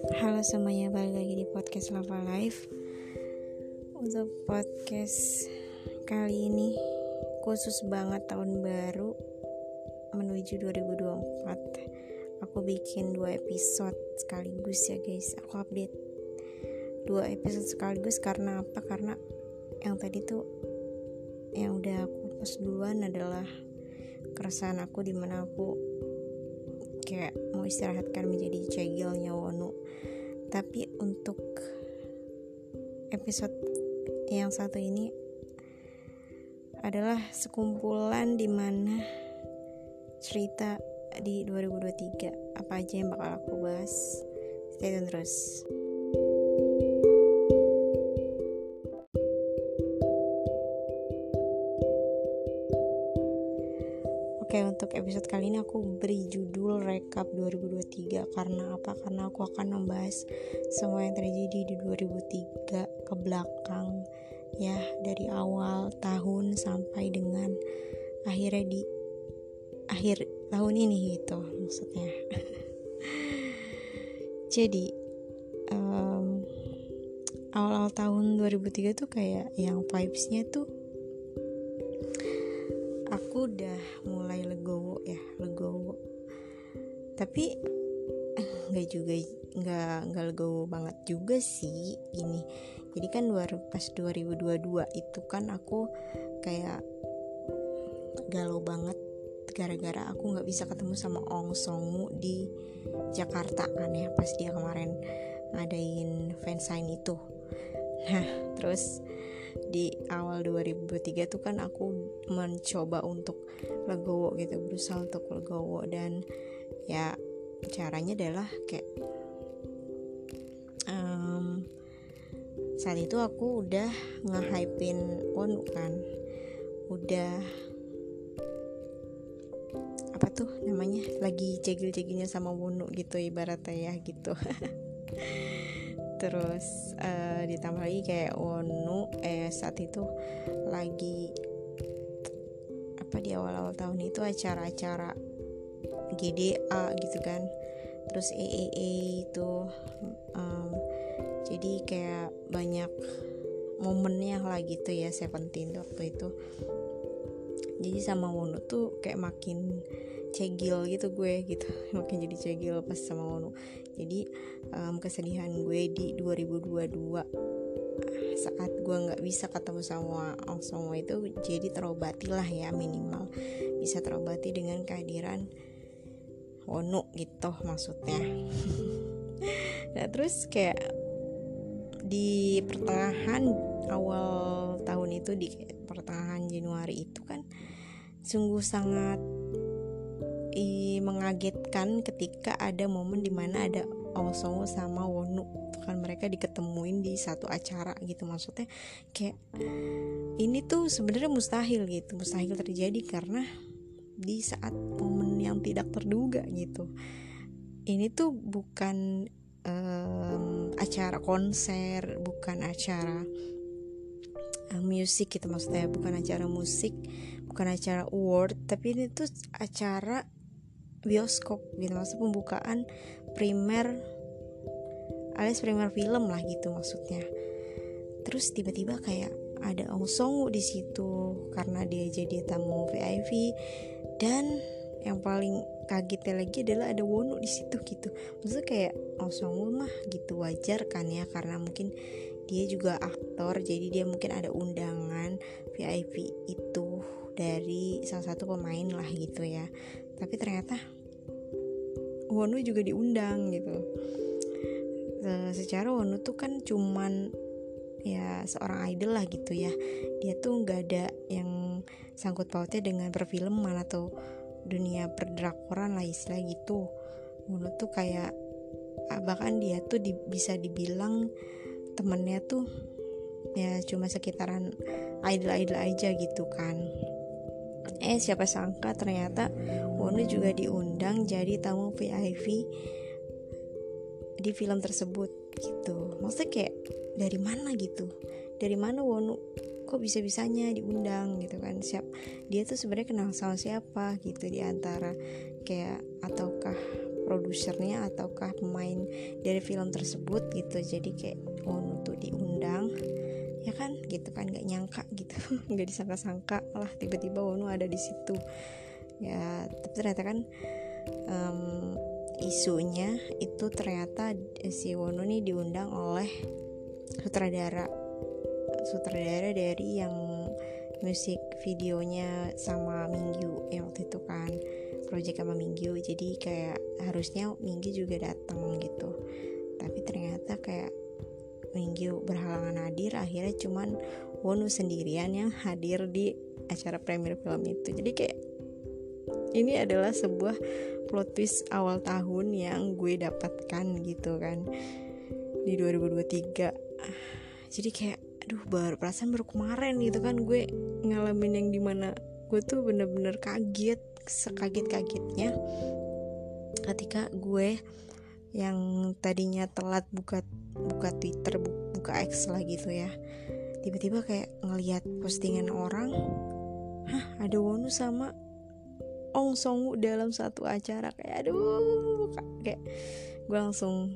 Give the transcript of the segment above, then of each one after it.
Halo semuanya, balik lagi di podcast Lava Life. Untuk podcast kali ini khusus banget tahun baru menuju 2024. Aku bikin 2 episode sekaligus ya guys. Aku update 2 episode sekaligus karena apa? Karena yang tadi tuh yang udah aku post duluan adalah keresahan aku, dimana aku kayak mau istirahatkan menjadi cegilnya Wonu. Tapi untuk episode yang satu ini adalah sekumpulan dimana cerita di 2023. Apa aja yang bakal aku bahas? Stay tune terus. Oke, untuk episode kali ini aku beri judul Rekap 2023. Karena apa? Karena aku akan membahas semua yang terjadi di 2003 ke belakang, ya, dari awal tahun sampai dengan akhirnya di akhir tahun ini gitu maksudnya. Jadi awal-awal tahun 2003 tuh kayak yang vibes-nya tuh aku udah mulai legowo. Tapi nggak legowo banget juga sih gini. Jadi kan pas 2022 itu kan aku kayak galau banget gara-gara aku nggak bisa ketemu sama Ong Songwoo di Jakarta kan ya, pas dia kemarin ngadain fansign itu. Nah terus di awal 2023 tuh kan aku mencoba untuk legowo gitu, berusaha untuk legowo, dan ya caranya adalah kayak saat itu aku udah nge-hypein Wonu kan, udah apa tuh namanya, lagi cegil-cegilnya sama Wonu gitu ibaratnya ya gitu. Terus ditambah lagi kayak Wonu saat itu lagi apa, di awal-awal tahun itu acara-acara GDA gitu kan, terus EEE itu jadi kayak banyak momennya lah gitu ya, Seventeen waktu itu. Jadi sama Wonu tuh kayak makin cegil gitu gue gitu, makin jadi cegil pas sama Wonu. Jadi kesedihan gue di 2022 saat gue nggak bisa ketemu sama Ong Songwoo itu jadi terobati lah ya, minimal bisa terobati dengan kehadiran Wonu gitu maksudnya. Nah terus kayak di pertengahan awal tahun itu, di pertengahan Januari itu kan sungguh sangat mengagetkan ketika ada momen dimana ada Ong Songwoo sama Wonu kan, mereka diketemuin di satu acara gitu. Maksudnya kayak ini tuh sebenarnya mustahil terjadi karena di saat momen yang tidak terduga gitu. Ini tuh bukan acara konser, bukan acara musik gitu, maksudnya bukan acara musik, bukan acara award, tapi ini tuh acara bioskop gitu, maksud pembukaan primer alias primer film lah gitu maksudnya. Terus tiba-tiba kayak ada Ong Songwoo di situ karena dia jadi tamu VIP, dan yang paling kagetnya lagi adalah ada Wonu di situ gitu. Maksudnya kayak Ong Songwoo mah gitu wajar kan ya, karena mungkin dia juga aktor, jadi dia mungkin ada undangan VIP itu dari salah satu pemain lah gitu ya. Tapi ternyata Wonu juga diundang gitu. Secara Wonu tuh kan cuman ya seorang idol lah gitu ya, dia tuh nggak ada yang sangkut pautnya dengan perfilman atau dunia perdrakoran lah istilah gitu. Wonu tuh kayak bahkan dia tuh bisa dibilang temennya tuh ya cuma sekitaran idol aja gitu kan. Siapa sangka ternyata Wonu juga diundang jadi tamu VIP di film tersebut gitu. Maksudnya kayak dari mana gitu, dari mana Wonu kok bisa-bisanya diundang gitu kan. Dia tuh sebenarnya kenal sama siapa gitu di antara kayak, ataukah produsernya ataukah pemain dari film tersebut gitu. Jadi kayak Wonu tuh diundang, ya kan gitu kan, nggak nyangka gitu nggak disangka-sangka lah tiba-tiba Wonu ada di situ ya. Tapi ternyata kan isunya itu ternyata si Wonu nih diundang oleh sutradara dari yang musik videonya sama Mingyu yang waktu itu kan project sama Mingyu. Jadi kayak harusnya Mingyu juga datang gitu, tapi ternyata kayak Mingyu berhalangan hadir, akhirnya cuman Wonu sendirian yang hadir di acara premier film itu. Jadi kayak ini adalah sebuah plot twist awal tahun yang gue dapatkan gitu kan di 2023. Jadi kayak perasaan baru kemarin gitu kan gue ngalamin yang dimana gue tuh bener-bener kaget, sekaget-kagetnya ketika gue yang tadinya telat buka Twitter, buka X lah gitu ya, tiba-tiba kayak ngelihat postingan orang, ada Wonu sama Ong Song-woo dalam satu acara. Kayak kayak gue langsung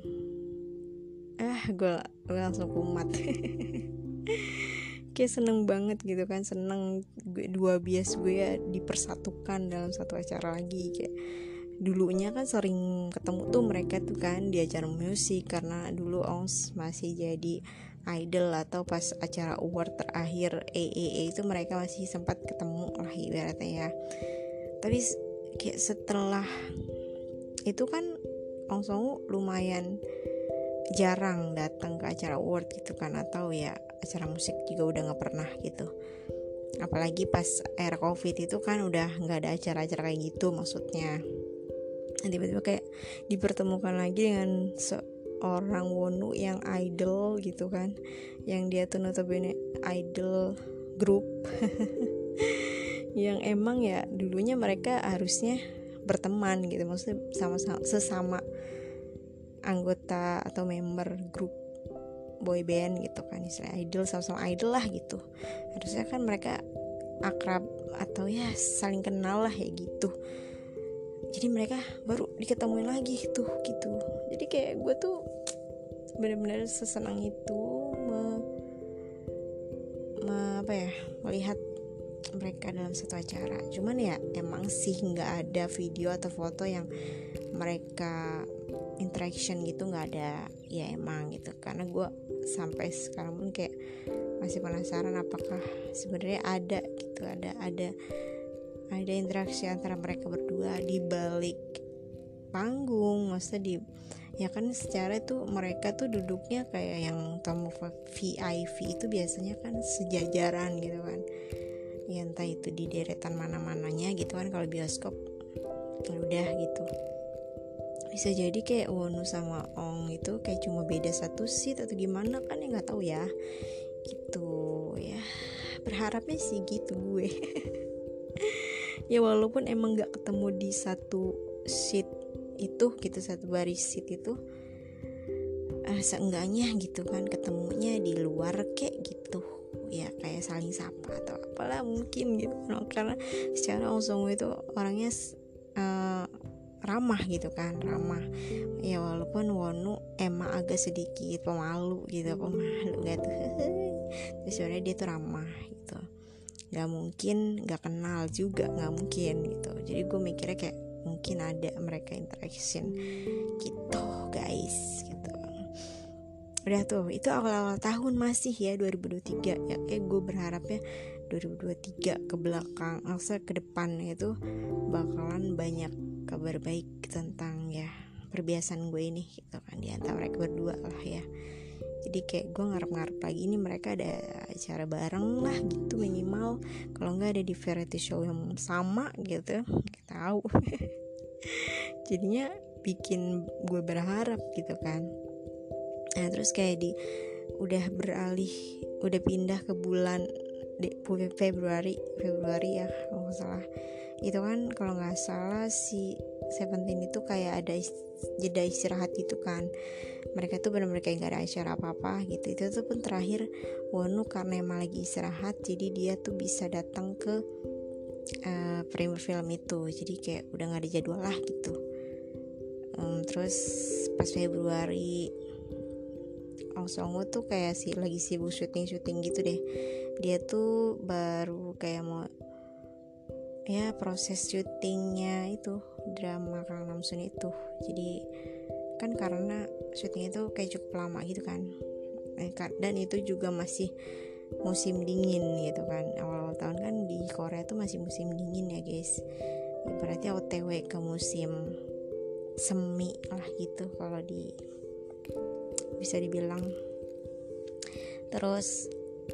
kumat kayak seneng banget gitu kan, seneng dua bias gue ya dipersatukan dalam satu acara lagi. Kayak dulunya kan sering ketemu tuh mereka tuh kan di acara musik, karena dulu Ongs masih jadi idol atau pas acara award terakhir AAA itu mereka masih sempat ketemu lah ibaratnya ya. Tapi kayak setelah itu kan Ong Song-woo lumayan jarang datang ke acara award gitu kan, atau ya acara musik juga udah gak pernah gitu. Apalagi pas era covid itu kan udah gak ada acara-acara kayak gitu maksudnya. Tiba-tiba kayak dipertemukan lagi dengan seorang Wonu yang idol gitu kan, yang dia tuh notabene idol grup yang emang ya dulunya mereka harusnya berteman gitu, maksudnya sesama anggota atau member grup boy band gitu kan, istilah idol, sama-sama idol lah gitu. Harusnya kan mereka akrab atau ya saling kenal lah ya gitu. Jadi mereka baru diketemuin lagi gitu. Jadi kayak gue tuh benar-benar sesenang itu melihat mereka dalam satu acara. Cuman ya emang sih nggak ada video atau foto yang mereka interaction gitu, nggak ada ya emang gitu. Karena gue sampai sekarang pun kayak masih penasaran apakah sebenarnya ada gitu, ada interaksi antara mereka berdua di balik panggung. Maksudnya ya kan secara itu mereka tuh duduknya kayak yang tamu VIP itu biasanya kan sejajaran gitu kan ya, entah itu di deretan mana-mananya gitu kan. Kalau bioskop udah gitu, bisa jadi kayak Wonu sama Ong itu kayak cuma beda satu seat atau gimana kan ya, nggak tahu ya gitu ya. Berharapnya sih gitu gue ya walaupun emang nggak ketemu di satu seat itu gitu, satu baris seat itu, seenggaknya gitu kan ketemunya di luar kayak gitu ya, kayak saling sapa atau apalah mungkin gitu. Karena secara Ong Song-woo itu orangnya ramah gitu kan, ramah ya, walaupun Wonu emang agak sedikit pemalu gitu gitu tapi sebenarnya dia tuh ramah gitu, nggak mungkin nggak kenal juga, nggak mungkin gitu. Jadi gue mikirnya kayak mungkin ada mereka interaction gitu guys gitu. Udah tuh, itu awal-awal tahun masih ya 2023 ya, kayak gue berharapnya 2023 ke belakang, maksudnya ke depan itu bakalan banyak kabar baik tentang ya perbiasaan gue ini gitu kan, di antara mereka berdua lah ya. Jadi kayak gue ngarep-ngarep lagi ini mereka ada acara bareng lah gitu minimal, kalau nggak ada di variety show yang sama gitu, nggak tahu jadinya bikin gue berharap gitu kan. Nah terus kayak udah pindah ke bulan Februari ya kalau nggak salah. Itu kan kalau nggak salah si Seventeen itu kayak ada jeda istirahat gitu kan. Mereka tuh benar-benar kayak nggak ada acara apa-apa gitu. Itu tuh pun terakhir Wonu karena emang lagi istirahat, jadi dia tuh bisa datang ke premier film itu. Jadi kayak udah nggak ada jadwal lah gitu. Terus pas Februari Ong Song-woo tuh kayak lagi sibuk syuting gitu deh. Dia tuh baru kayak mau ya proses syutingnya itu drama Kang Namsun itu. Jadi kan karena syutingnya itu kayak cukup lama gitu kan, dan itu juga masih musim dingin gitu kan. Awal tahun kan di Korea tuh masih musim dingin ya guys, berarti OTW ke musim semi lah gitu kalau bisa dibilang. Terus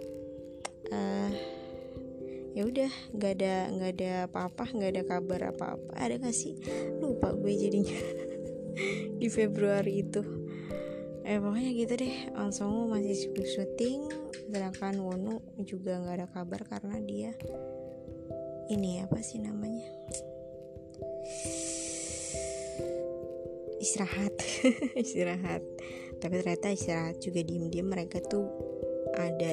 ya udah nggak ada apa-apa, nggak ada kabar apa-apa. Ada nggak sih, lupa gue jadinya. Di Februari itu pokoknya gitu deh. Ong Song-woo masih sibuk syuting, sedangkan Wonu juga nggak ada kabar karena dia ini apa sih namanya, istirahat. Istirahat. Tapi ternyata istirahat juga diem-diem mereka tuh ada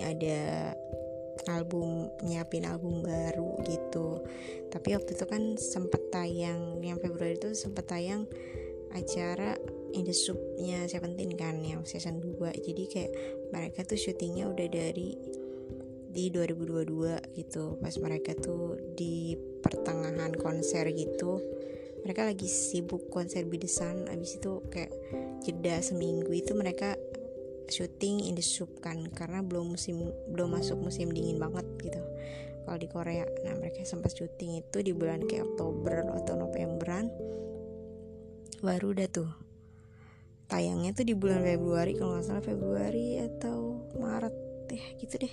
nyiapin album baru gitu. Tapi waktu itu kan sempet tayang, yang Februari itu sempet tayang acara In The Soup-nya Seventeen kan, yang season 2. Jadi kayak mereka tuh syutingnya udah di 2022 gitu. Pas mereka tuh di pertengahan konser gitu, mereka lagi sibuk konser Bidesan. Abis itu kayak jeda seminggu itu mereka syuting In The Soup kan, karena belum masuk musim dingin banget gitu kalau di Korea. Nah mereka sempat syuting itu di bulan kayak Oktober atau Novemberan, baru udah tuh tayangnya tuh di bulan Februari, kalau nggak salah Februari atau Maret gitu deh.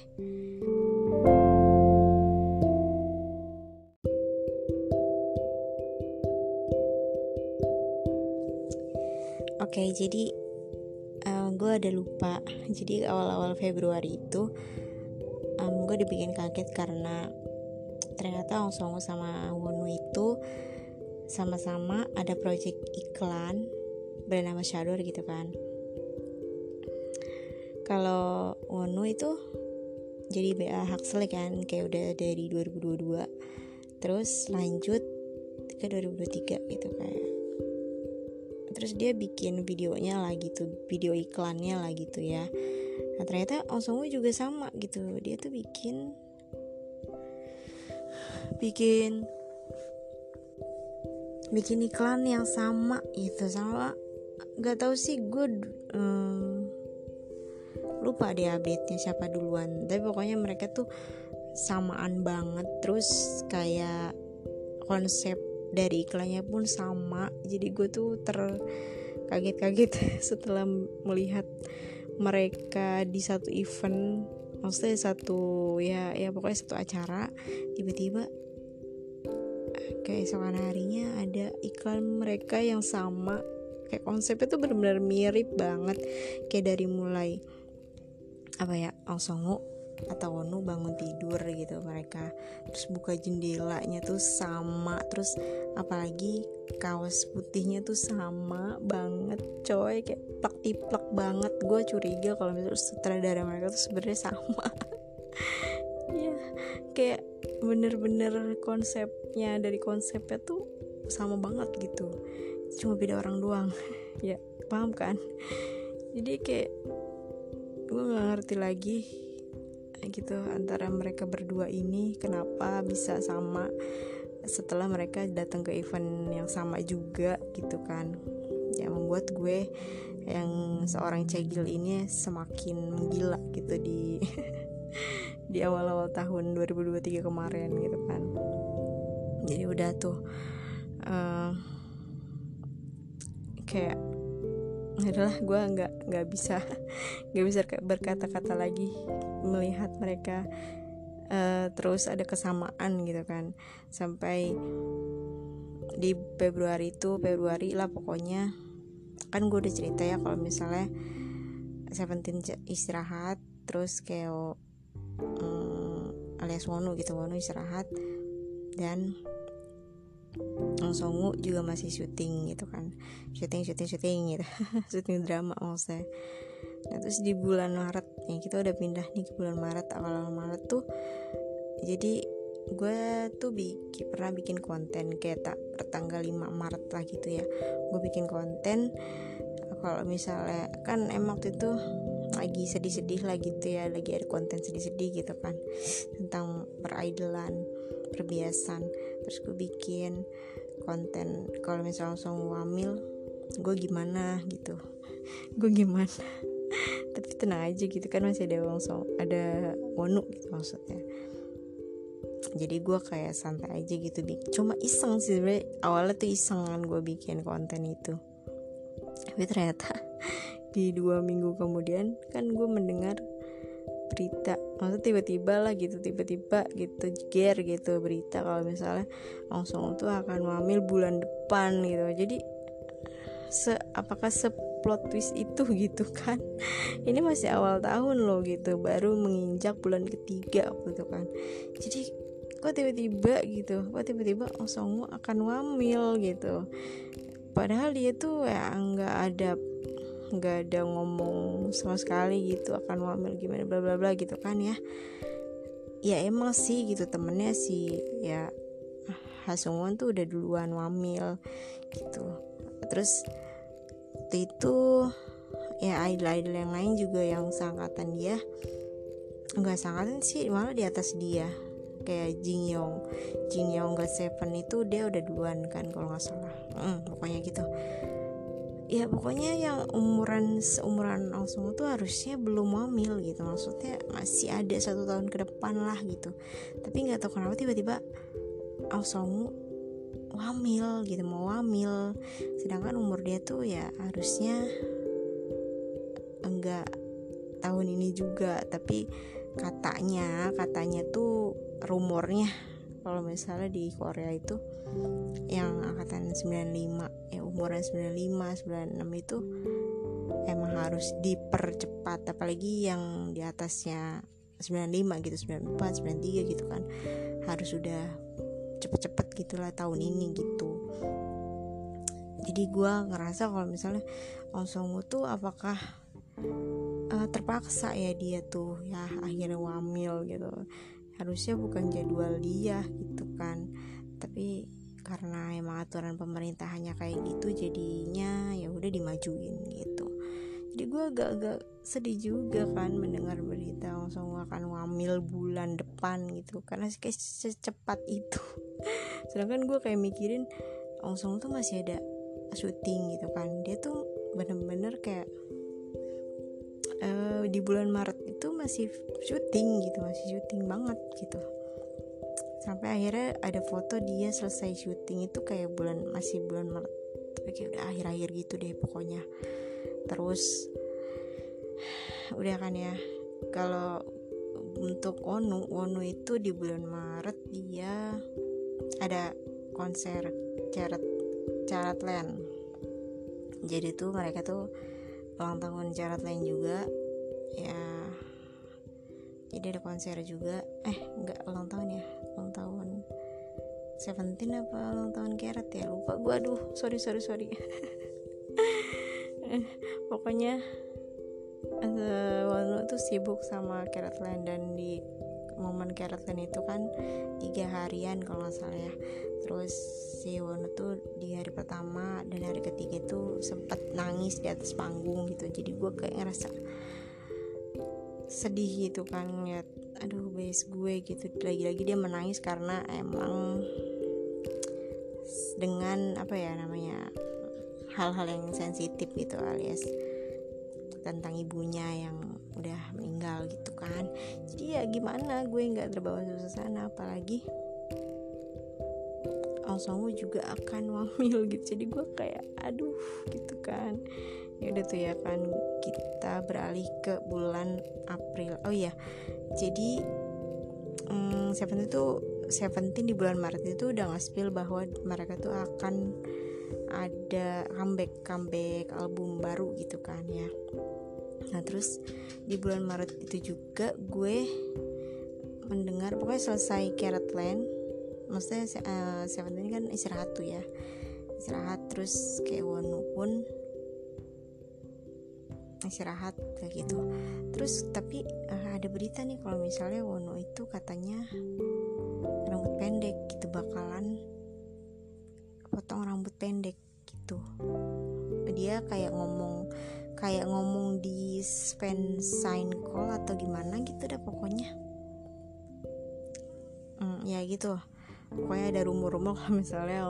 Oke, jadi gue ada lupa. Jadi awal-awal Februari itu gue dibikin kaget karena ternyata Ong Song-woo sama Wonu itu sama-sama ada project iklan bernama Shadow gitu kan. Kalau Wonu itu jadi BA Huxley kan, kayak udah dari 2022 terus lanjut ke 2023 gitu kayak. Terus dia bikin videonya lah gitu, video iklannya lah gitu ya. Nah ternyata Ong Song-woo juga sama gitu, dia tuh bikin iklan yang sama gitu, sama nggak tahu sih gue lupa deh update-nya siapa duluan, tapi pokoknya mereka tuh samaan banget. Terus kayak konsep dari iklannya pun sama, jadi gue tuh terkaget-kaget setelah melihat mereka di satu event, maksudnya satu ya pokoknya satu acara, tiba-tiba keesokan harinya ada iklan mereka yang sama, kayak konsepnya tuh benar-benar mirip banget. Kayak dari mulai apa ya, Ong Song-woo atau Wonu bangun tidur gitu mereka, terus buka jendelanya tuh sama, terus apalagi kaos putihnya tuh sama banget coy, kayak plak-tiplak banget. Gue curiga kalau misalnya sutradara mereka tuh sebenarnya sama. Ya kayak bener-bener dari konsepnya tuh sama banget gitu, cuma beda orang doang. Ya paham kan? Jadi kayak gue gak ngerti lagi gitu antara mereka berdua ini kenapa bisa sama setelah mereka datang ke event yang sama juga gitu kan. Ya membuat gue yang seorang cegil ini semakin menggila gitu di di awal-awal tahun 2023 kemarin gitu kan. Jadi udah tuh kayak adalah gue nggak bisa berkata-kata lagi melihat mereka terus ada kesamaan gitu kan. Sampai di Februari lah pokoknya, kan gue udah cerita ya kalau misalnya Seventeen istirahat, terus kayak alias Wonu istirahat, dan Ong Song-woo juga masih syuting gitu kan, syuting gitu. Syuting drama maksudnya. Nah terus di bulan Maret, ya kita udah pindah nih ke bulan Maret. Awal Maret tuh jadi gue tuh pernah bikin konten kayak tanggal 5 Maret lah gitu ya. Gue bikin konten kalau misalnya kan emang waktu itu lagi sedih-sedih lah gitu ya, lagi ada konten sedih-sedih gitu kan tentang peridolan, perbiasan. Terus gue bikin konten kalau misalnya langsung hamil gue gimana gitu, gue gimana tapi tenang aja gitu kan, masih ada langsung ada wonu gitu maksudnya. Jadi gue kayak santai aja gitu, cuma iseng sih sebenernya, awalnya tuh iseng kan gue bikin konten itu. Tapi ternyata di 2 minggu kemudian kan gue mendengar berita, maksudnya tiba-tiba gitu jeger gitu berita kalau misalnya langsung tuh akan hamil bulan depan gitu. Jadi apakah plot twist itu gitu kan. Ini masih awal tahun loh gitu, baru menginjak bulan ketiga gitu kan. Jadi kok tiba-tiba langsung akan hamil gitu. Padahal dia tuh ya nggak ada ngomong sama sekali gitu akan hamil gimana bla bla bla gitu kan ya. Ya emang sih gitu, temennya sih ya Hasungwon tuh udah duluan hamil gitu. Terus waktu itu ya idol yang lain juga yang seangkatan dia, nggak seangkatan sih, malah di atas dia, kayak Jin Young GOT7 itu dia udah duluan kan kalau nggak salah. Pokoknya gitu ya, pokoknya yang seumuran langsung tuh harusnya belum hamil gitu, maksudnya masih ada 1 tahun ke depan lah gitu. Tapi nggak tahu kenapa tiba-tiba langsung hamil gitu, mau hamil, sedangkan umur dia tuh ya harusnya enggak tahun ini juga. Tapi katanya tuh rumornya kalau misalnya di Korea itu yang angkatan 95 ya, umuran 95 96 itu emang harus dipercepat, apalagi yang di atasnya 95 gitu, 94 93 gitu kan, harus udah cepet-cepet gitulah tahun ini gitu. Jadi gue ngerasa kalau misalnya Ong Song-woo tuh apakah terpaksa ya dia tuh ya akhirnya hamil gitu. Harusnya bukan jadwal dia gitu kan, tapi karena emang aturan pemerintahannya kayak gitu, jadinya ya udah dimajuin gitu. Jadi gue agak sedih juga kan mendengar berita langsung akan hamil bulan depan gitu, karena kayak secepat itu. Sedangkan gue kayak mikirin Ong Song tuh masih ada syuting gitu kan, dia tuh bener-bener kayak di bulan Maret itu masih syuting gitu, masih syuting banget gitu. Sampai akhirnya ada foto dia selesai syuting itu kayak masih bulan Maret, tapi kayak udah akhir-akhir gitu deh pokoknya. Terus udah kan ya, kalau untuk Wonu itu di bulan Maret dia ada konser Caratland. Jadi tuh mereka tuh ulang tahun Caratland juga ya, jadi ada konser juga. Enggak ulang tahun ya, ulang tahun Seventeen apa ulang tahun Carrot ya, lupa gue, aduh sorry pokoknya Wonu tuh sibuk sama Caratland, dan di momen Caratland itu kan 3 harian kalau nggak salah ya. Terus si Wonu tuh di hari pertama dan hari ketiga tuh sempet nangis di atas panggung gitu. Jadi gue kayak ngerasa sedih gitu kan, ngeliat aduh base gue gitu, lagi-lagi dia menangis karena emang dengan apa ya namanya, hal-hal yang sensitif gitu, alias tentang ibunya yang udah meninggal gitu kan. Jadi ya gimana, gue nggak terbawa suasana, apalagi Ong Song-woo juga akan hamil gitu. Jadi gue kayak aduh gitu kan. Ya udah tuh ya kan, kita beralih ke bulan April. Oh iya, jadi Seventeen di bulan Maret itu udah nge-spill bahwa mereka tuh akan ada comeback album baru gitu kan ya. Nah terus di bulan Maret itu juga gue mendengar, pokoknya selesai Caratland, maksudnya Seventeen kan istirahat tuh ya, terus kayak Wonu pun istirahat kayak gitu. Terus tapi ada berita nih kalau misalnya Wonu itu katanya rambut pendek gitu, bakalan potong rambut pendek gitu. Dia kayak ngomong di sign call atau gimana gitu dah pokoknya. Ya gitu. Pokoknya ada rumor-rumor kalau misalnya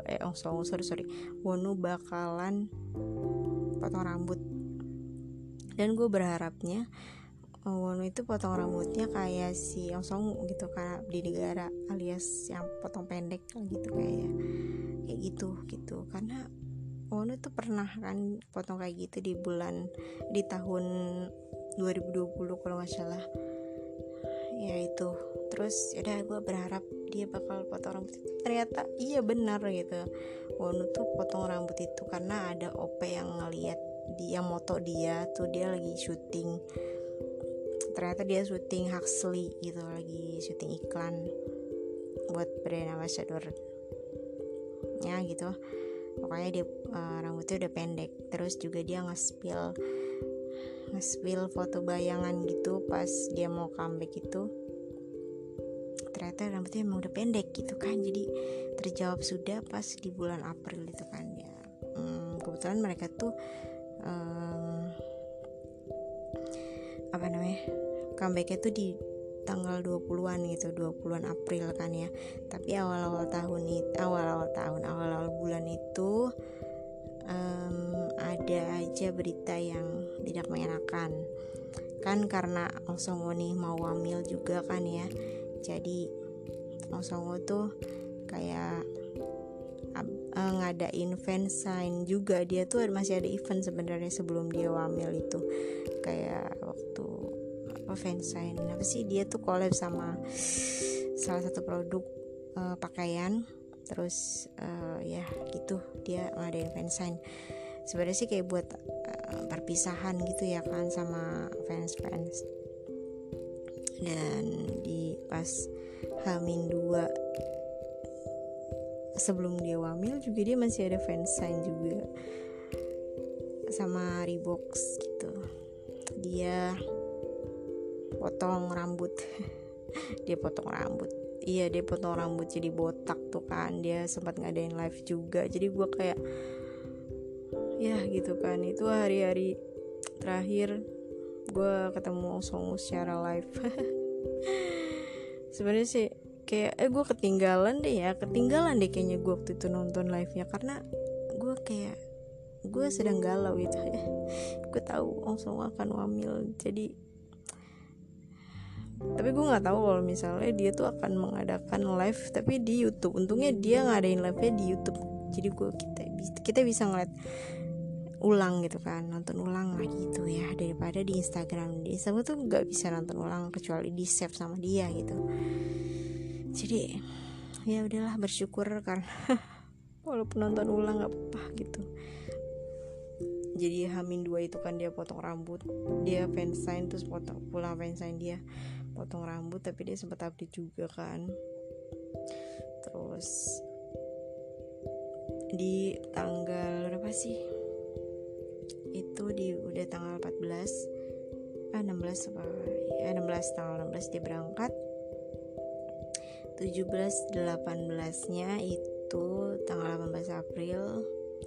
Wonu bakalan potong rambut. Dan gue berharapnya Wonu itu potong rambutnya kayak si Ong Song gitu, karena di negara alias yang potong pendek gitu, kayak gitu. Karena Wonu tuh pernah kan potong kayak gitu di tahun 2020 kalau nggak salah. Ya itu. Terus yaudah gue berharap dia bakal potong rambut itu. Ternyata iya benar gitu. Wonu tuh potong rambut itu karena ada OP yang ngeliat dia moto dia tuh, dia lagi syuting. Ternyata dia syuting Huxley gitu, lagi syuting iklan buat brand ambassador ya gitu. Pokoknya dia rambutnya udah pendek. Terus juga dia nge-spill foto bayangan gitu pas dia mau comeback itu. Ternyata rambutnya emang udah pendek gitu kan. Jadi terjawab sudah pas di bulan April itu kan ya. Kebetulan mereka tuh comebacknya tuh di tanggal 20-an gitu, 20-an April kan ya. Tapi awal-awal bulan itu ada aja berita yang tidak mengenakan kan, karena Ong Song-woo nih mau hamil juga kan ya. Jadi Ong Song-woo tuh kayak ngadain fansign juga. Dia tuh masih ada event sebenarnya sebelum dia hamil itu, kayak waktu fansign apa sih, dia tuh collab sama salah satu produk pakaian. Terus ya gitu, dia ngadain fansign. Sebenarnya sih kayak buat perpisahan gitu ya kan sama fans. Dan di pas H-2 sebelum dia hamil juga dia masih ada fansign juga sama Reebok gitu. Dia potong rambut dia potong rambut jadi botak tuh kan. Dia sempat ngadain live juga. Jadi gue kayak ya gitu kan, itu hari-hari terakhir gue ketemu Ong Song-woo secara live. Sebenarnya sih kayak gue ketinggalan deh kayaknya gue waktu itu nonton live-nya, karena gue sedang galau gitu ya. Gue tahu Ong Song-woo akan hamil, tapi gue nggak tahu kalau misalnya dia tuh akan mengadakan live tapi di YouTube. Untungnya dia ngadain live-nya di YouTube, jadi kita bisa ngeliat ulang gitu kan, nonton ulang lah gitu ya, daripada di Instagram tuh nggak bisa nonton ulang kecuali di save sama dia gitu. Jadi ya udahlah, bersyukur karena walaupun nonton ulang nggak apa-apa gitu. Jadi H-2 itu kan dia potong rambut, dia fansign, terus pulang fansign dia potong rambut, tapi dia sempat update juga kan. Terus di tanggal berapa sih itu, udah tanggal 16 tanggal 16 dia berangkat. 17-18-nya itu tanggal 18 April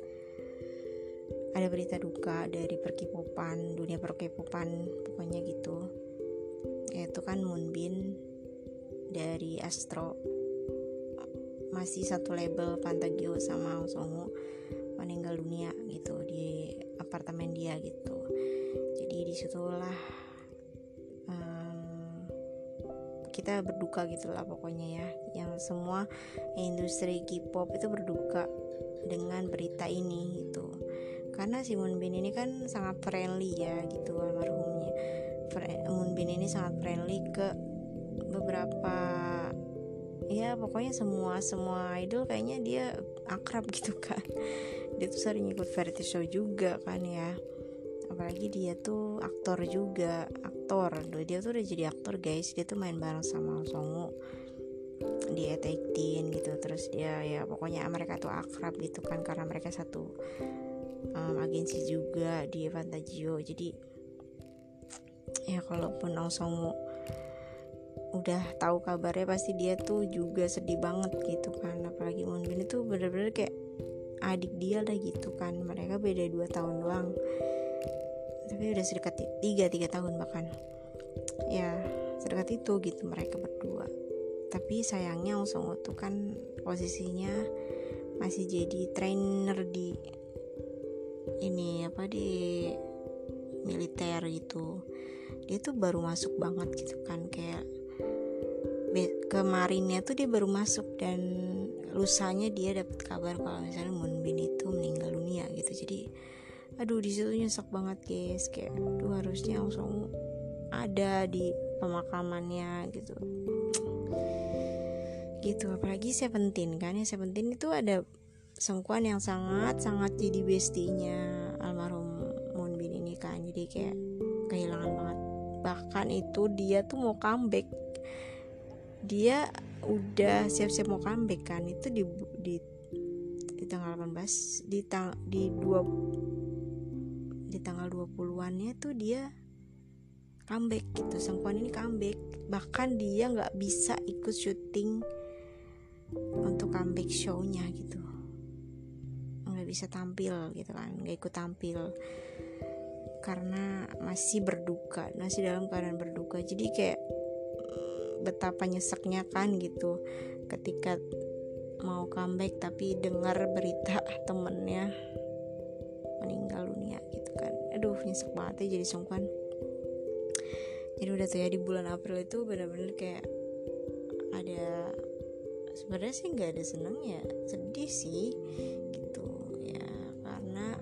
ada berita duka dari dunia perkepopan pokoknya gitu, yaitu kan Moonbin dari Astro, masih satu label Fantagio sama Ong Song-woo, meninggal dunia gitu di apartemen dia gitu. Jadi disitulah kita berduka gitulah pokoknya ya, yang semua industri K-pop itu berduka dengan berita ini gitu. Karena si Moonbin ini kan sangat friendly ya gitu, almarhumnya Moonbin ini sangat friendly ke beberapa, ya pokoknya semua idol kayaknya dia akrab gitu kan. Dia tuh sering ikut variety show juga kan ya, apalagi dia tuh aktor, dia tuh udah jadi aktor guys. Dia tuh main bareng sama Songwoo di Eteiktin gitu. Terus dia ya pokoknya mereka tuh akrab gitu kan, karena mereka satu agensi juga di Fantagio. Jadi ya kalaupun Ong Song-woo udah tahu kabarnya pasti dia tuh juga sedih banget gitu kan. Apalagi Moonbin itu bener-bener kayak adik dia lah gitu kan, mereka beda 2 tahun doang tapi udah sedekat 3 tahun bahkan ya, sedekat itu gitu mereka berdua. Tapi sayangnya Ong Song-woo tuh kan posisinya masih jadi trainer di ini apa, di militer gitu. Dia tuh baru masuk banget gitu kan, kayak kemarinnya tuh dia baru masuk dan lusanya dia dapat kabar kalau misalnya Moonbin itu meninggal dunia gitu. Jadi aduh di situ nyesek banget guys, kayak aduh harusnya langsung ada di pemakamannya gitu. Apalagi Seventeen kan ya, Seventeen itu ada Seungkwan yang sangat jadi bestinya almarhum Moonbin ini kan, jadi kayak kehilangan banget. Bahkan itu dia tuh mau comeback, dia udah siap-siap mau comeback kan, itu di tanggal 18 di tanggal 20-annya tuh dia comeback gitu. Seungkwan ini comeback, bahkan dia nggak bisa ikut syuting untuk comeback show-nya gitu, nggak bisa tampil gitu kan, nggak ikut tampil karena masih berduka, masih dalam keadaan berduka. Jadi kayak betapa nyeseknya kan gitu ketika mau comeback tapi dengar berita temennya meninggal dunia gitu kan. Aduh nyesek banget ya jadi Seungkwan. Jadi udah tuh ya, di bulan April itu benar-benar kayak ada, sebenarnya sih nggak ada senangnya, sedih sih gitu ya, karena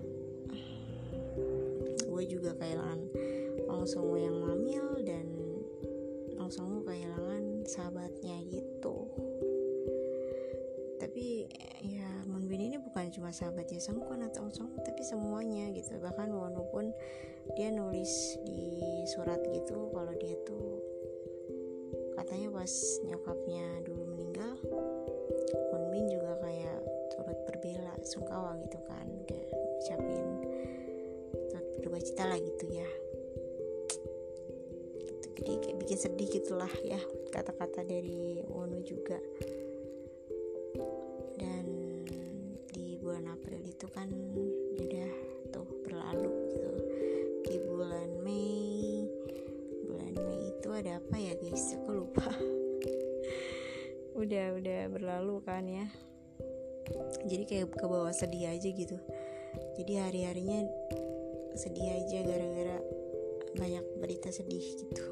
gue juga kehilangan Ong Song-woo yang mamil dan Ong Song-woo kehilangan sahabatnya gitu. Tapi ya Moonbin ini bukan cuma sahabatnya Seungkwan atau Ong Song-woo, tapi semuanya gitu. Bahkan walaupun dia nulis di surat gitu kalau dia tuh katanya pas nyokapnya dulu meninggal, Moonbin juga kayak turut berbela sungkawa gitu kan, kayak ucapin turut berduka cita lah gitu ya gitu. Jadi kayak bikin sedih gitulah ya kata-kata dari Wonu juga. Dan di bulan April itu kan udah tuh berlalu gitu. Di bulan Mei itu ada apa ya guys, aku lupa. udah berlalu kan ya, jadi kayak ke bawah sedih aja gitu. Jadi hari-harinya sedih aja gara-gara banyak berita sedih gitu.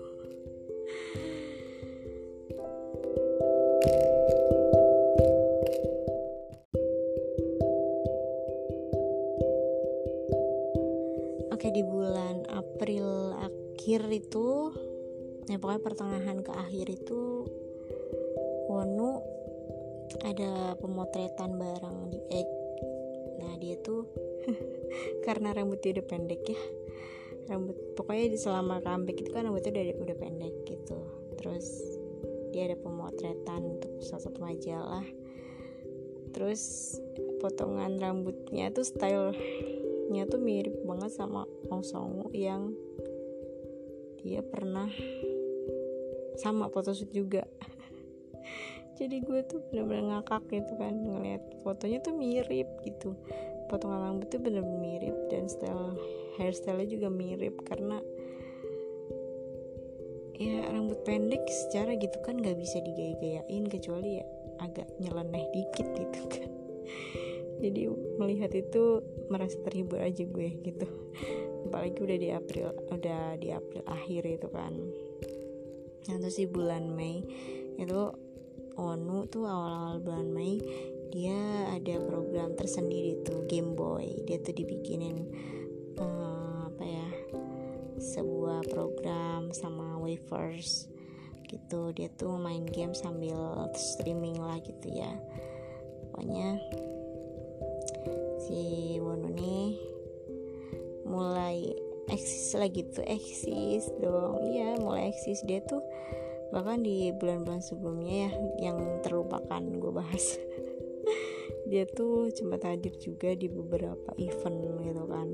Oke, di bulan April akhir itu ya, pokoknya pertengahan ke akhir itu Wonu ada pemotretan bareng di Egg. Nah dia tuh karena rambutnya udah pendek ya, pokoknya selama comeback itu kan rambutnya udah pendek gitu. Terus dia ada pemotretan untuk salah satu majalah. Terus potongan rambutnya tuh stylenya tuh mirip banget sama Ong Song-woo yang dia pernah sama photoshoot juga. Jadi gue tuh bener-bener ngakak gitu kan ngeliat fotonya tuh mirip gitu, potongan rambut tuh bener-bener mirip dan hairstyle juga mirip, karena ya rambut pendek secara gitu kan nggak bisa digaya-gayain kecuali ya agak nyeleneh dikit gitu kan. Jadi melihat itu merasa terhibur aja gue gitu, apalagi udah di April akhir itu kan. Nah terus di bulan Mei itu Wonu tuh awal-awal bulan Mei dia ada program tersendiri tuh, Game Boy. Dia tuh dibikinin sebuah program sama Wafers gitu. Dia tuh main game sambil streaming lah gitu ya. Pokoknya si Wonu nih mulai eksis dong. Iya mulai eksis. Dia tuh bahkan di bulan-bulan sebelumnya ya yang terlupakan gue bahas dia tuh sempat hadir juga di beberapa event gitu kan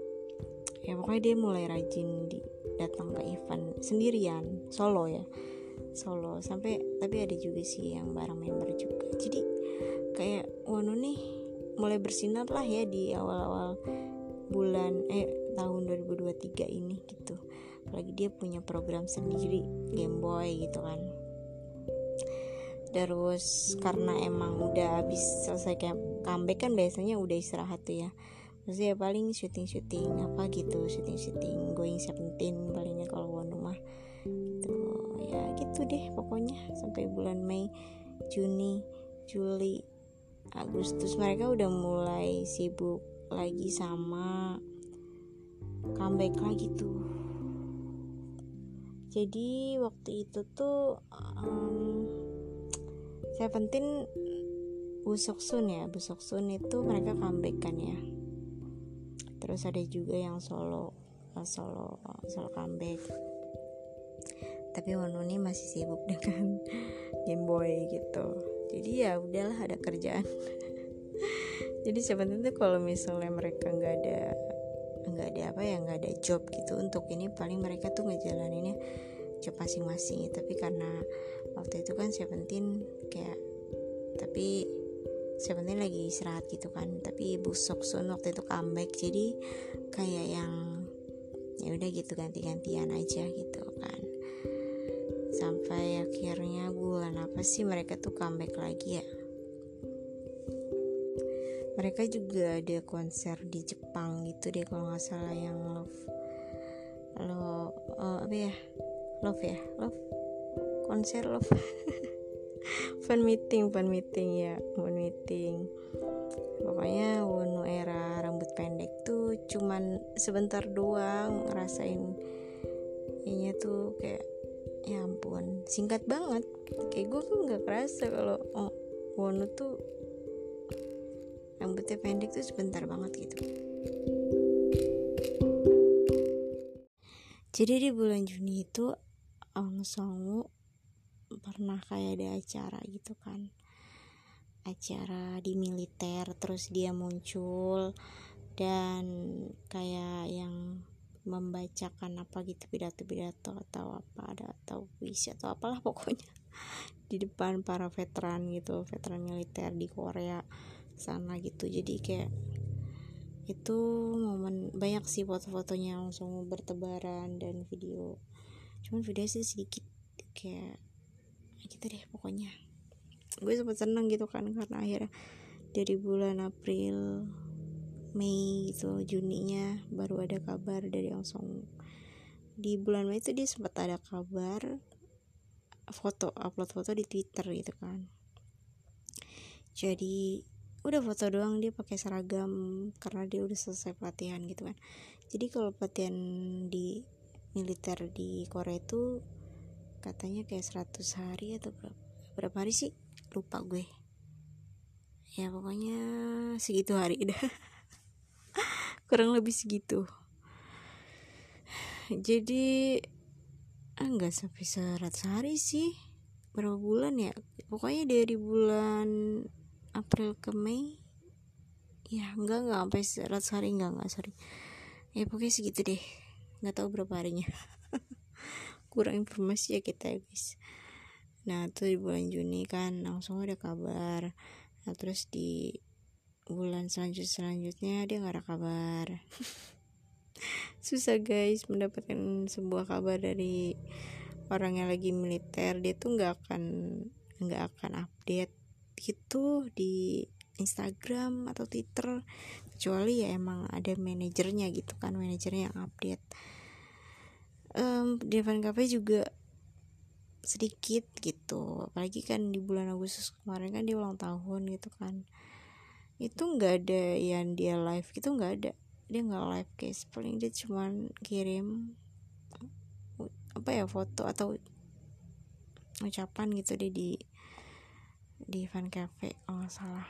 ya. Pokoknya dia mulai rajin datang ke event sendirian, solo ya, solo sampai, tapi ada juga sih yang bareng member juga. Jadi kayak Wonu nih mulai bersinar lah ya di awal-awal tahun 2023 ini gitu. Apalagi dia punya program sendiri, Game Boy gitu kan. Terus karena emang udah habis selesai comeback kan biasanya udah istirahat tuh ya. Maksudnya paling syuting apa gitu, syuting Going 17 palingnya kalau Wonu mah gitu. Ya gitu deh pokoknya sampai bulan Mei, Juni, Juli, Agustus mereka udah mulai sibuk lagi sama comeback lagi tuh. Jadi waktu itu tuh Seventeen Busoksun itu mereka comeback kan ya. Terus ada juga yang solo comeback. Tapi Wonu ini masih sibuk dengan Game Boy gitu. Jadi ya udahlah, ada kerjaan. Jadi Seventeen tuh kalau misalnya mereka nggak ada job gitu untuk ini, paling mereka tuh ngejalaninnya job masing-masing. Tapi karena waktu itu kan Seventeen lagi istirahat gitu kan, tapi Busoksun waktu itu comeback, jadi kayak yang ya udah gitu ganti-gantian aja gitu kan. Sampai akhirnya bulan apa sih mereka tuh comeback lagi ya. Mereka juga ada konser di Jepang gitu deh kalau nggak salah, yang konser Love fan meeting pokoknya Wonu era rambut pendek tuh cuman sebentar doang ngerasain ini tuh, kayak ya ampun singkat banget. Kayak gue kan nggak kerasa kalau Wonu tuh rambutnya pendek tuh sebentar banget gitu. Jadi di bulan Juni itu Aung Songwoo pernah kayak ada acara gitu kan, acara di militer, terus dia muncul dan kayak yang membacakan apa gitu, pidato atau puisi atau apalah pokoknya di depan para veteran militer di Korea sana gitu. Jadi kayak itu momen, banyak sih foto-fotonya langsung bertebaran dan video, cuman video sih sedikit kayak gitu deh pokoknya. Gue sempet seneng gitu kan karena akhirnya dari bulan April, Mei gitu, Juninya baru ada kabar dari Aung Songwoo. Di bulan Mei itu dia sempat ada kabar upload foto di Twitter gitu kan. Jadi udah foto doang, dia pakai seragam karena dia udah selesai pelatihan gitu kan. Jadi kalau pelatihan di militer di Korea itu katanya kayak 100 hari atau berapa hari sih, lupa gue ya, pokoknya segitu hari dah kurang lebih segitu. Jadi enggak sampai 100 hari sih, berapa bulan ya, pokoknya dari bulan April ke Mei ya, enggak sampai 100 hari, enggak sorry ya, pokoknya segitu deh, nggak tahu berapa harinya kurang informasi ya kita ya guys. Nah tuh di bulan Juni kan langsung ada kabar. Nah terus di bulan selanjutnya dia nggak ada kabar. Susah guys mendapatkan sebuah kabar dari orang yang lagi militer. Dia tuh nggak akan update gitu di Instagram atau Twitter, kecuali ya emang ada manajernya gitu kan, manajernya yang update. Di fan cafe juga sedikit gitu, apalagi kan di bulan Agustus kemarin kan dia ulang tahun gitu kan, itu nggak ada yang dia live gitu, nggak ada, dia nggak live guys, paling dia cuman kirim foto atau ucapan gitu deh di fan cafe kalau nggak salah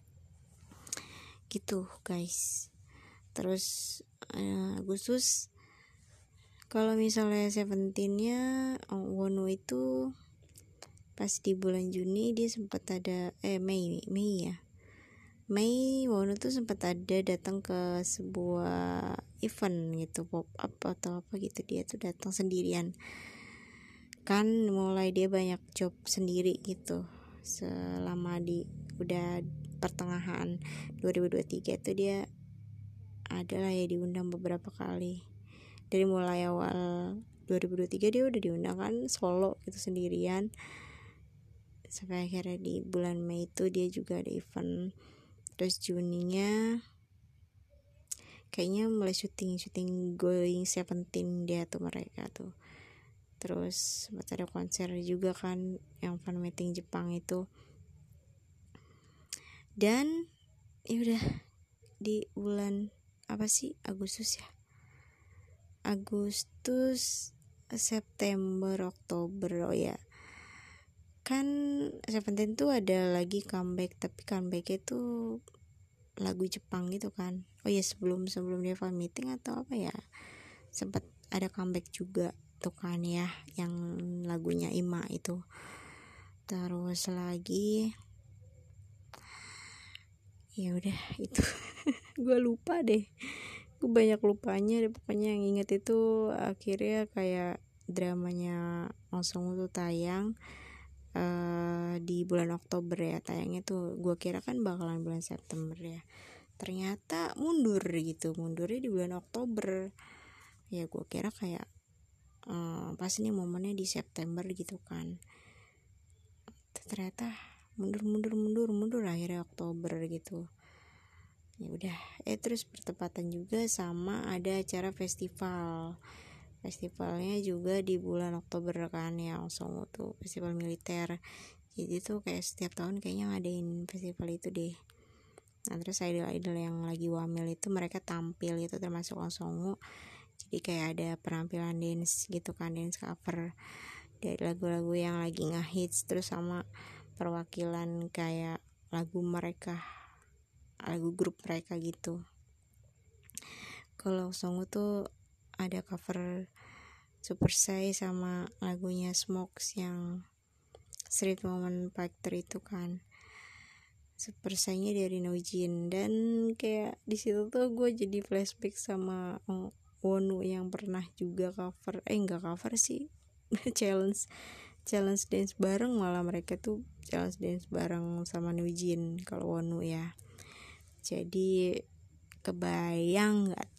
gitu guys. Terus Agustus kalau misalnya Seventeennya Wonu itu pas di bulan Juni dia sempat ada Mei Wonu tuh sempat ada datang ke sebuah event gitu, pop up atau apa gitu, dia tuh datang sendirian kan mulai dia banyak job sendiri gitu selama udah pertengahan 2023 itu dia adalah ya diundang beberapa kali. Dari mulai awal 2023 dia udah diundang kan solo gitu sendirian, sampai akhirnya di bulan Mei itu dia juga ada event. Terus Juninya kayaknya mulai syuting Going 17 dia tuh mereka tuh. Terus sempat ada konser juga kan yang fan meeting Jepang itu. Dan ya udah di bulan Agustus, September, Oktober. Oh ya, kan Seventeen tuh ada lagi comeback, tapi comebacknya tuh lagu Jepang gitu kan. Oh ya, sebelum dia fan meeting atau apa ya, sempat ada comeback juga tuh kan ya, yang lagunya Ima itu. Terus lagi ya udah itu gue lupa deh, gue banyak lupanya deh. Pokoknya yang inget itu akhirnya kayak dramanya langsung tuh tayang di bulan Oktober ya tayangnya tuh. Gue kira kan bakalan bulan September ya, ternyata mundurnya di bulan Oktober. Ya gue kira kayak pas ini momennya di September gitu kan, ternyata mundur akhirnya Oktober gitu. Ya udah, terus bertepatan juga sama ada acara festivalnya juga di bulan Oktober kan ya, langsung tuh festival militer. Jadi tuh kayak setiap tahun kayaknya ngadain festival itu deh. Nah terus idol yang lagi wamil itu mereka tampil itu, termasuk Langsongu. Jadi kayak ada penampilan dance gitu kan, dance cover dari lagu-lagu yang lagi ngehits, terus sama perwakilan kayak lagu grup mereka gitu. Kalau Langsongu tuh ada cover Super Say sama lagunya Smokes yang Street Woman Factor itu kan. Super Say-nya dari Nojin. Dan kayak di situ tuh gue jadi flashback sama Wonu yang pernah juga enggak cover sih challenge dance bareng, malah mereka tuh challenge dance bareng sama Nojin kalau Wonu ya. Jadi kebayang gak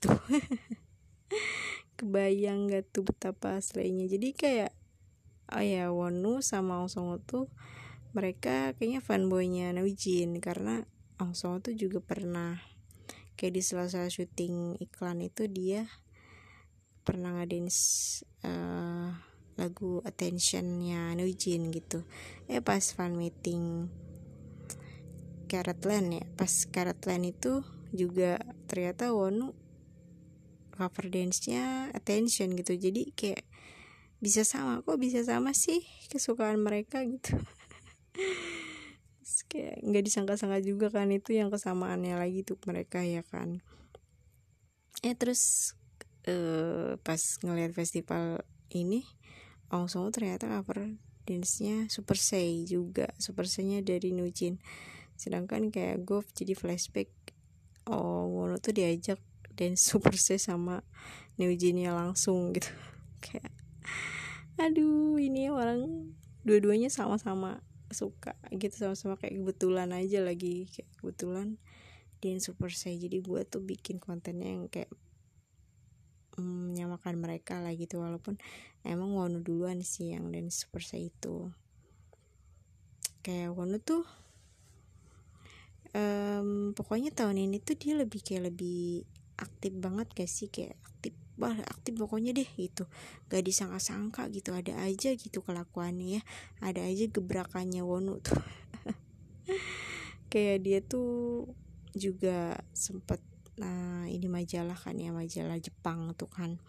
tuh betapa aslinya. Jadi kayak Wonu sama Langsongu tuh mereka kayaknya fanboynya Nojin, karena Langsongu tuh juga pernah kayak di sela-sela syuting iklan itu dia pernah ngedance lagu Attention-nya Nojin gitu. Pas fan meeting Carrotland ya, pas Carrotland itu juga ternyata Wonu cover dance-nya Attention gitu. Jadi kayak bisa sama sih kesukaan mereka gitu. Terus kayak nggak disangka-sangka juga kan itu yang kesamaannya lagi tuh mereka ya kan. Terus pas ngeliat festival ini Langsung ternyata cover dance-nya Super Say juga, Super Say-nya dari Nojin. Sedangkan kayak gue jadi flashback, Wono tuh diajak dance Super Say sama Nojinnya langsung gitu. Kayak aduh, ini orang dua-duanya sama-sama suka gitu, sama-sama kayak kebetulan aja lagi, kayak kebetulan dance Super Say. Jadi gue tuh bikin kontennya yang kayak menyamakan mereka lah gitu, walaupun emang Wonu duluan sih yang dance Super Say itu. Kayak Wonu tuh pokoknya tahun ini tuh dia lebih aktif banget gak sih, kayak aktif pokoknya deh gitu, gak disangka-sangka gitu, ada aja gitu kelakuannya ya, ada aja gebrakannya Wonu tuh. Kayak dia tuh juga sempet ini majalah kan ya, majalah Jepang tuh kan,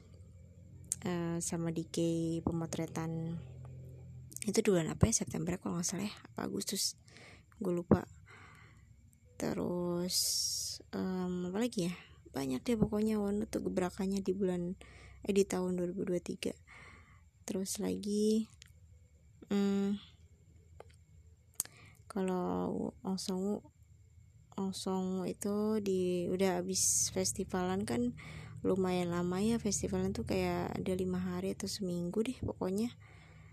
sama DK pemotretan itu bulan apa ya, September kalau nggak salah ya, apa Agustus gue lupa. Terus apa lagi ya, banyak deh pokoknya Wonu tuh gebrakannya di tahun 2023. Terus lagi kalau Langsongu itu udah abis festivalan kan lumayan lama ya, festivalan tuh kayak ada 5 hari atau seminggu deh pokoknya.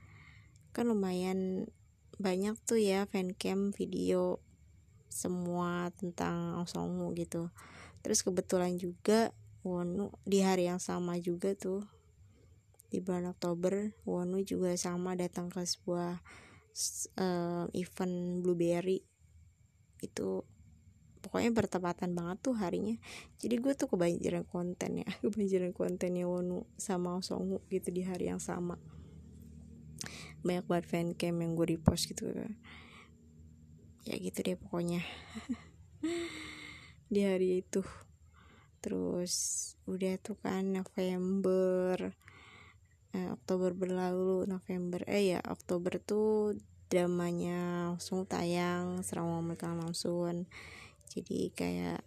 kan lumayan banyak tuh ya fancam video semua tentang Ong gitu. Terus kebetulan juga Wonu di hari yang sama juga tuh, di bulan Oktober, Wonu juga sama datang ke sebuah event Blueberry. Itu pokoknya bertepatan banget tuh harinya. Jadi gue tuh kebanjiran kontennya Wonu sama Ong gitu di hari yang sama. Banyak banget fancam yang gue repost gitu. Ya gitu deh pokoknya di hari itu. Terus udah tuh kan Oktober berlalu, Oktober tuh dramanya langsung tayang, Serama Mereka Langsung. Jadi kayak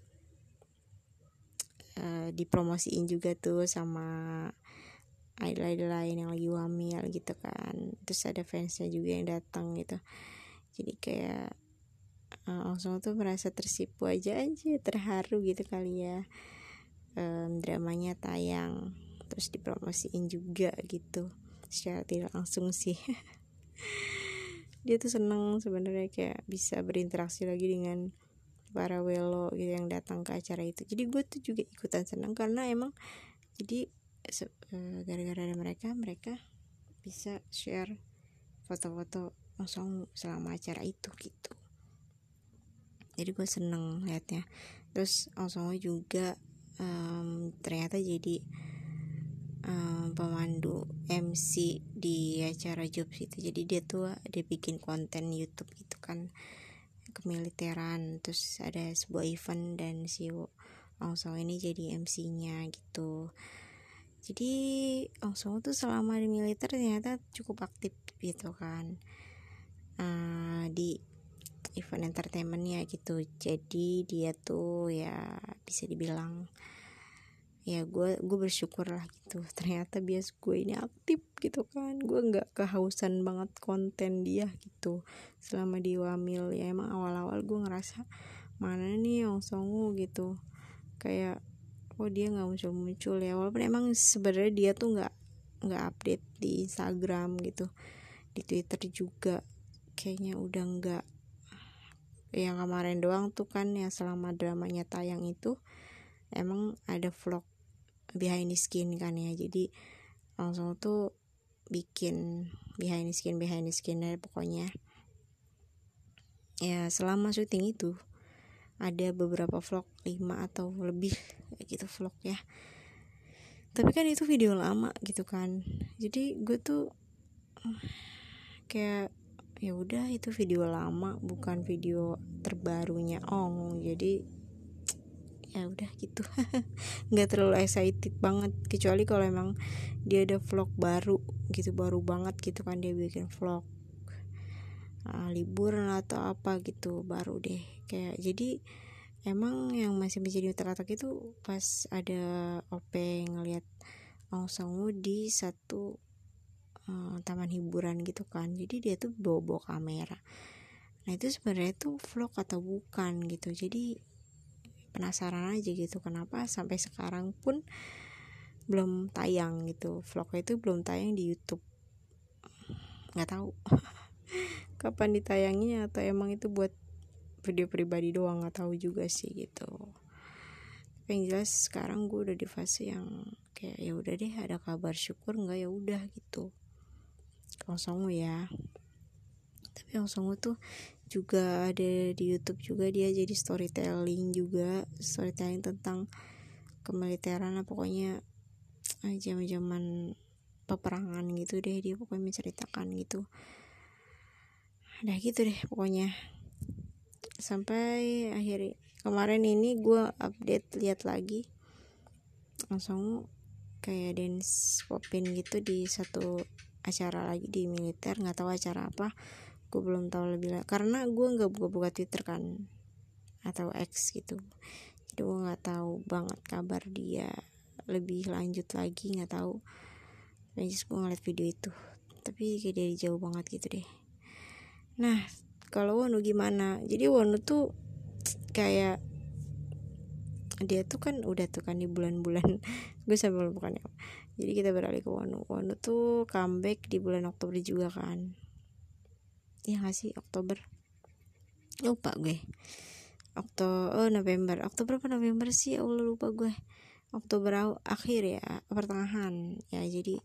dipromosiin juga tuh sama idol lain yang lagi wamil gitu kan. Terus ada fansnya juga yang datang gitu. Jadi kayak langsung tuh merasa tersipu aja terharu gitu kali ya. Dramanya tayang terus dipromosiin juga gitu secara tidak langsung sih. Dia tuh seneng sebenarnya kayak bisa berinteraksi lagi dengan para welo gitu yang datang ke acara itu. Jadi gue tuh juga ikutan seneng karena emang jadi gara-gara ada mereka bisa share foto-foto langsung selama acara itu gitu. Jadi gue seneng liatnya. Terus langsung juga ternyata jadi pemandu MC di acara Jobs itu. Jadi dia bikin konten YouTube gitu kan, kemiliteran. Terus ada sebuah event dan si Ong ini jadi MC-nya gitu. Jadi Ong tuh selama di militer ternyata cukup aktif gitu kan, di event entertainmentnya gitu. Jadi dia tuh ya bisa dibilang ya gue bersyukur lah gitu, ternyata bias gue ini aktif gitu kan. Gue nggak kehausan banget konten dia gitu selama di wamil. Ya emang awal-awal gue ngerasa mana nih Ong Songu gitu, kayak dia nggak muncul ya, walaupun emang sebenarnya dia tuh nggak update di Instagram gitu, di Twitter juga kayaknya udah nggak. Yang kemarin doang tuh kan yang selama dramanya tayang itu emang ada vlog behind the skin kan ya. Jadi langsung tuh bikin behind the skin pokoknya ya. Selama syuting itu ada beberapa vlog, 5 atau lebih gitu vlog ya. Tapi kan itu video lama gitu kan. Jadi gue tuh kayak ya udah itu video lama, bukan video terbarunya Ong. Jadi ya udah gitu. Nggak terlalu excited banget, kecuali kalau emang dia ada vlog baru gitu, baru banget gitu kan, dia bikin vlog liburan atau apa gitu, baru deh kayak. Jadi emang yang masih menjadi otak-atik itu pas ada OP ngeliat Ong Songu di satu taman hiburan gitu kan. Jadi dia tuh bawa kamera. Nah itu sebenarnya tuh vlog atau bukan gitu. Jadi penasaran aja gitu, kenapa sampai sekarang pun belum tayang gitu, vlognya itu belum tayang di YouTube. Nggak tahu kapan ditayanginya, atau emang itu buat video pribadi doang, nggak tahu juga sih gitu. Tapi yang jelas sekarang gue udah di fase yang kayak ya udah deh, ada kabar syukur nggak ya udah gitu. Ong Songu ya. Tapi Ong Songu tuh juga ada di YouTube juga, dia jadi storytelling tentang kemiliteran lah pokoknya, zaman peperangan gitu deh. Dia pokoknya menceritakan gitu. Udah gitu deh pokoknya. Sampai akhir kemarin ini gue update lihat lagi langsung kayak dance popin gitu di satu acara lagi di militer, nggak tahu acara apa. Gue belum tahu lebih karena gue nggak buka Twitter kan atau X gitu. Jadi gue nggak tahu banget kabar dia lebih lanjut lagi, nggak tahu. Just gue ngeliat video itu, tapi kayak dari jauh banget gitu deh. Nah kalau Wonu gimana? Jadi Wonu tuh kayak dia tuh kan udah tuh kan di bulan-bulan gue sampai lupa kan ya. Jadi kita beralih ke Wonu tuh comeback di bulan Oktober juga kan. ya nggak sih, Oktober, lupa gue. November, Oktober apa November sih, Allah lupa gue. Oktober akhir ya, pertengahan ya. Jadi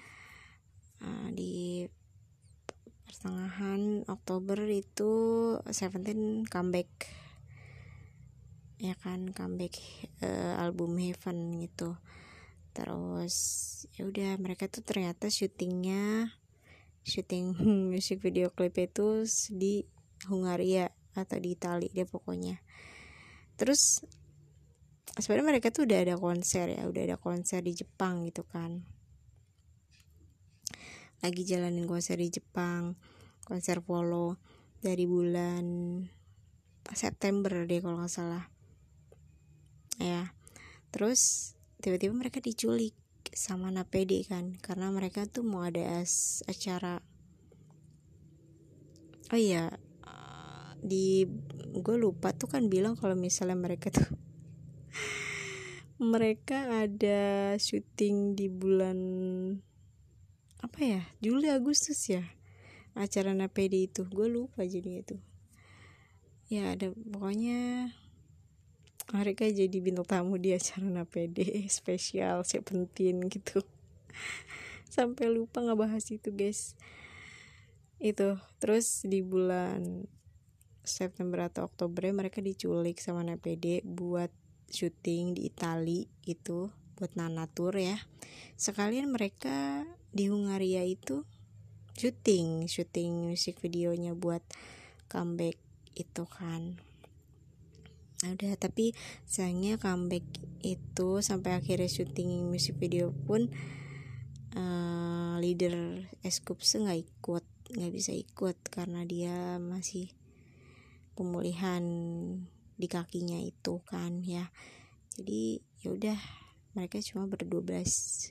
di pertengahan Oktober itu Seventeen comeback ya kan, comeback album Heaven gitu. Terus ya udah, mereka tuh ternyata syuting musik video klip itu di Hungaria atau di Italia deh pokoknya. Terus sebenarnya mereka tuh udah ada konser di Jepang gitu kan, lagi jalanin konser di Jepang, konser Polo dari bulan September deh kalau nggak salah ya. Terus tiba-tiba mereka diculik sama NAPD kan, karena mereka tuh mau ada acara. Oh iya, gue lupa tuh kan bilang kalau misalnya mereka tuh mereka ada syuting di bulan apa ya, Juli Agustus ya, acara NAPD itu. Gue lupa jadi itu ya, ada pokoknya mereka jadi bintang tamu di acara NAPD spesial Seventeen gitu. Sampai lupa ngebahas itu guys. Itu terus di bulan September atau Oktober mereka diculik sama NAPD buat syuting di Itali itu, buat Nana Tour ya. Sekalian mereka di Hungaria itu syuting musik videonya buat comeback itu kan. Nah, udah, tapi sayangnya comeback itu sampai akhirnya syuting musik video pun leader Escupse nggak bisa ikut karena dia masih pemulihan di kakinya itu kan ya. Jadi ya udah, mereka cuma ber-12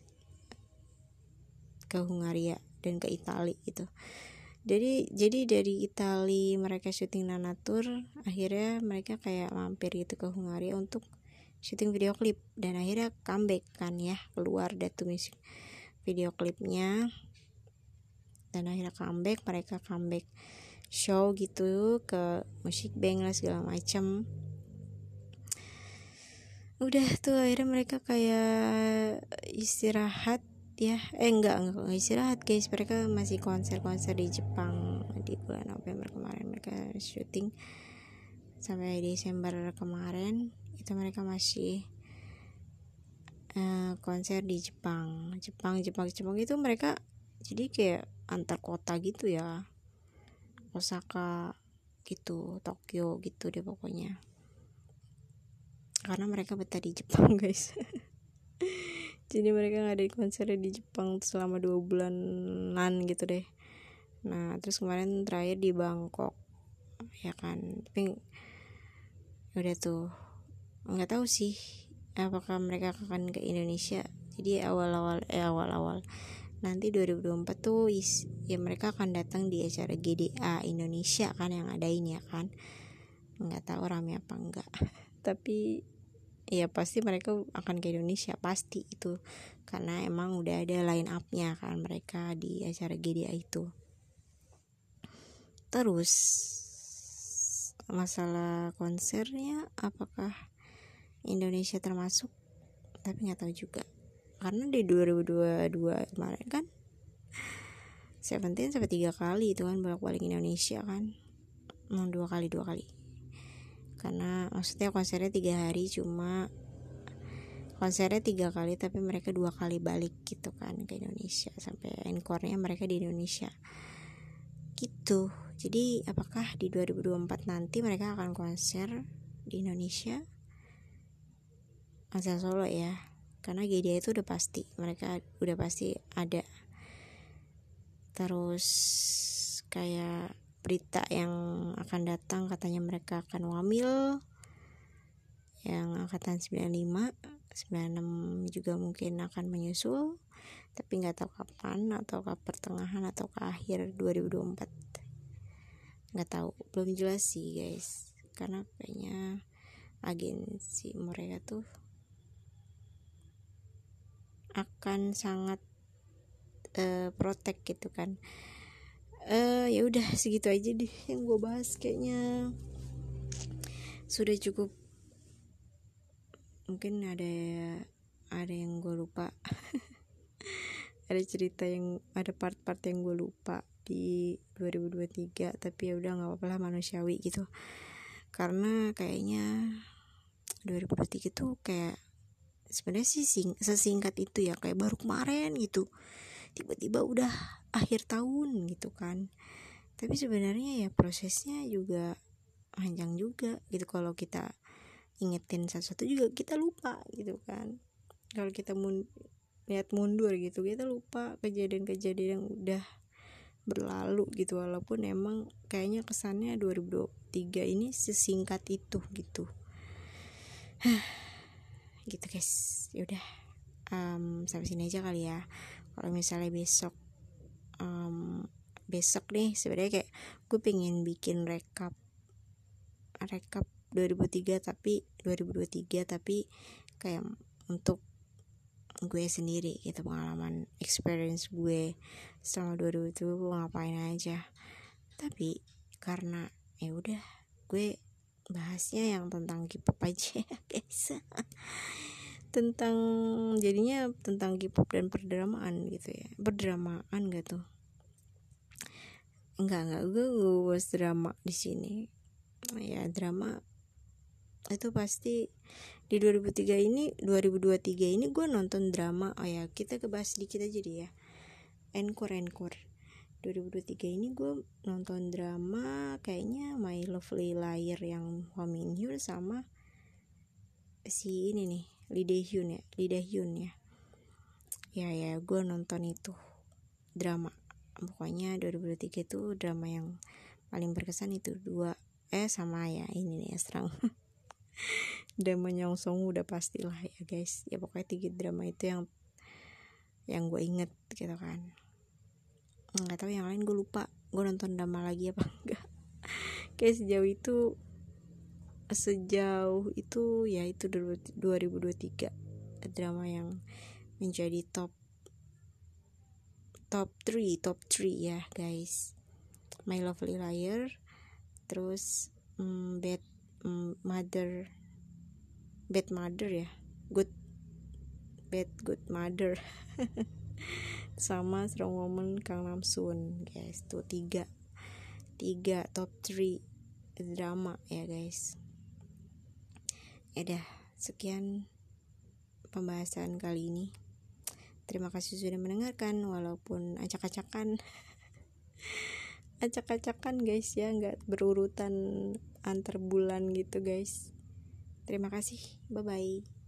ke Hungaria dan ke Italia gitu. Jadi dari Italia mereka syuting Nana Tour, akhirnya mereka kayak mampir gitu ke Hungaria untuk syuting video klip, dan akhirnya comeback kan ya, keluar datu musik video klipnya, dan akhirnya mereka comeback show gitu ke Music Bank lah segala macam. Udah tuh akhirnya mereka kayak istirahat ya, enggak istirahat guys, mereka masih konser di Jepang di bulan November kemarin. Mereka syuting sampai Desember kemarin itu mereka masih konser di Jepang itu. Mereka jadi kayak antar kota gitu ya, Osaka gitu, Tokyo gitu deh pokoknya, karena mereka betah di Jepang guys. Jadi mereka ngadain konser di Jepang selama 2 bulanan gitu deh. Nah terus kemarin terakhir di Bangkok ya kan. Tapi udah tuh nggak tahu sih apakah mereka akan ke Indonesia. Jadi awal-awal nanti 2024 tuh ya mereka akan datang di acara GDA Indonesia kan yang adain ya kan. Nggak tahu rame apa enggak. Tapi ya pasti mereka akan ke Indonesia pasti itu, karena emang udah ada line up-nya kan mereka di acara GDA itu. Terus masalah konsernya apakah Indonesia termasuk, tapi nggak tahu juga, karena di 2022 kemarin kan Seventeen sampai 3 kali itu kan bolak-balik Indonesia kan, 2 kali karena maksudnya konsernya 3 hari, cuma konsernya 3 kali tapi mereka 2 kali balik gitu kan ke Indonesia, sampai encore-nya mereka di Indonesia gitu. Jadi apakah di 2024 nanti mereka akan konser di Indonesia, konser solo ya, karena GDA itu udah pasti, mereka udah pasti ada. Terus kayak berita yang akan datang katanya mereka akan wamil yang angkatan 95, 96 juga mungkin akan menyusul, tapi nggak tahu kapan, atau ke pertengahan atau ke akhir 2024, nggak tahu, belum jelas sih guys, karena kayaknya agensi mereka tuh akan sangat protect gitu kan Ya udah segitu aja deh yang gue bahas, kayaknya sudah cukup. Mungkin ada yang gue lupa. Ada cerita yang ada part-part yang gue lupa di 2023, tapi ya udah nggak apa-apa lah, manusiawi gitu. Karena kayaknya 2023 tuh kayak sebenarnya sih sesingkat itu ya, kayak baru kemarin gitu, tiba-tiba udah akhir tahun gitu kan. Tapi sebenarnya ya prosesnya juga panjang juga gitu. Kalau kita ingetin satu-satu juga kita lupa gitu kan. Kalau kita lihat mundur gitu, kita lupa kejadian-kejadian yang udah berlalu gitu. Walaupun emang kayaknya kesannya 2023 ini sesingkat itu gitu. Gitu guys. Yaudah, sampai sini aja kali ya. Kalau misalnya besok nih, sebenarnya kayak gue pengen bikin rekap 2023 tapi kayak untuk gue sendiri gitu, pengalaman experience gue selama 2020 gue ngapain aja. Tapi karena ya udah, gue bahasnya yang tentang K-pop aja ya guys. Jadinya tentang K-pop dan perdramaan gitu ya. Perdramaan gak tuh? Enggak, gue bahas drama di sini. Ya drama itu pasti di 2023 ini gue nonton drama. Oh ya, kita kebahas sedikit aja deh ya. Encore 2023 ini gue nonton drama kayaknya My Lovely Liar yang Hwa Min Hyun sama si ini nih, Lee Dae-hyun ya. Ya gue nonton itu drama. Pokoknya 2023 itu drama yang paling berkesan itu dua. Sama ya ini nih serang. Drama Nyongsong udah pastilah ya guys. Ya pokoknya 3 drama itu yang gue inget gitu kan. Nggak tahu yang lain gue lupa. Gue nonton drama lagi apa enggak. Kayak sejauh itu ya itu 2023 drama yang menjadi top 3 ya guys. My Lovely Liar, terus Bad Mother ya, Good Mother sama Strong Woman Kang Namsoon guys. Tuh 3 top 3 drama ya guys. Ya dah, sekian pembahasan kali ini. Terima kasih sudah mendengarkan, walaupun acak-acakan guys ya, nggak berurutan antar bulan gitu guys. Terima kasih, bye bye.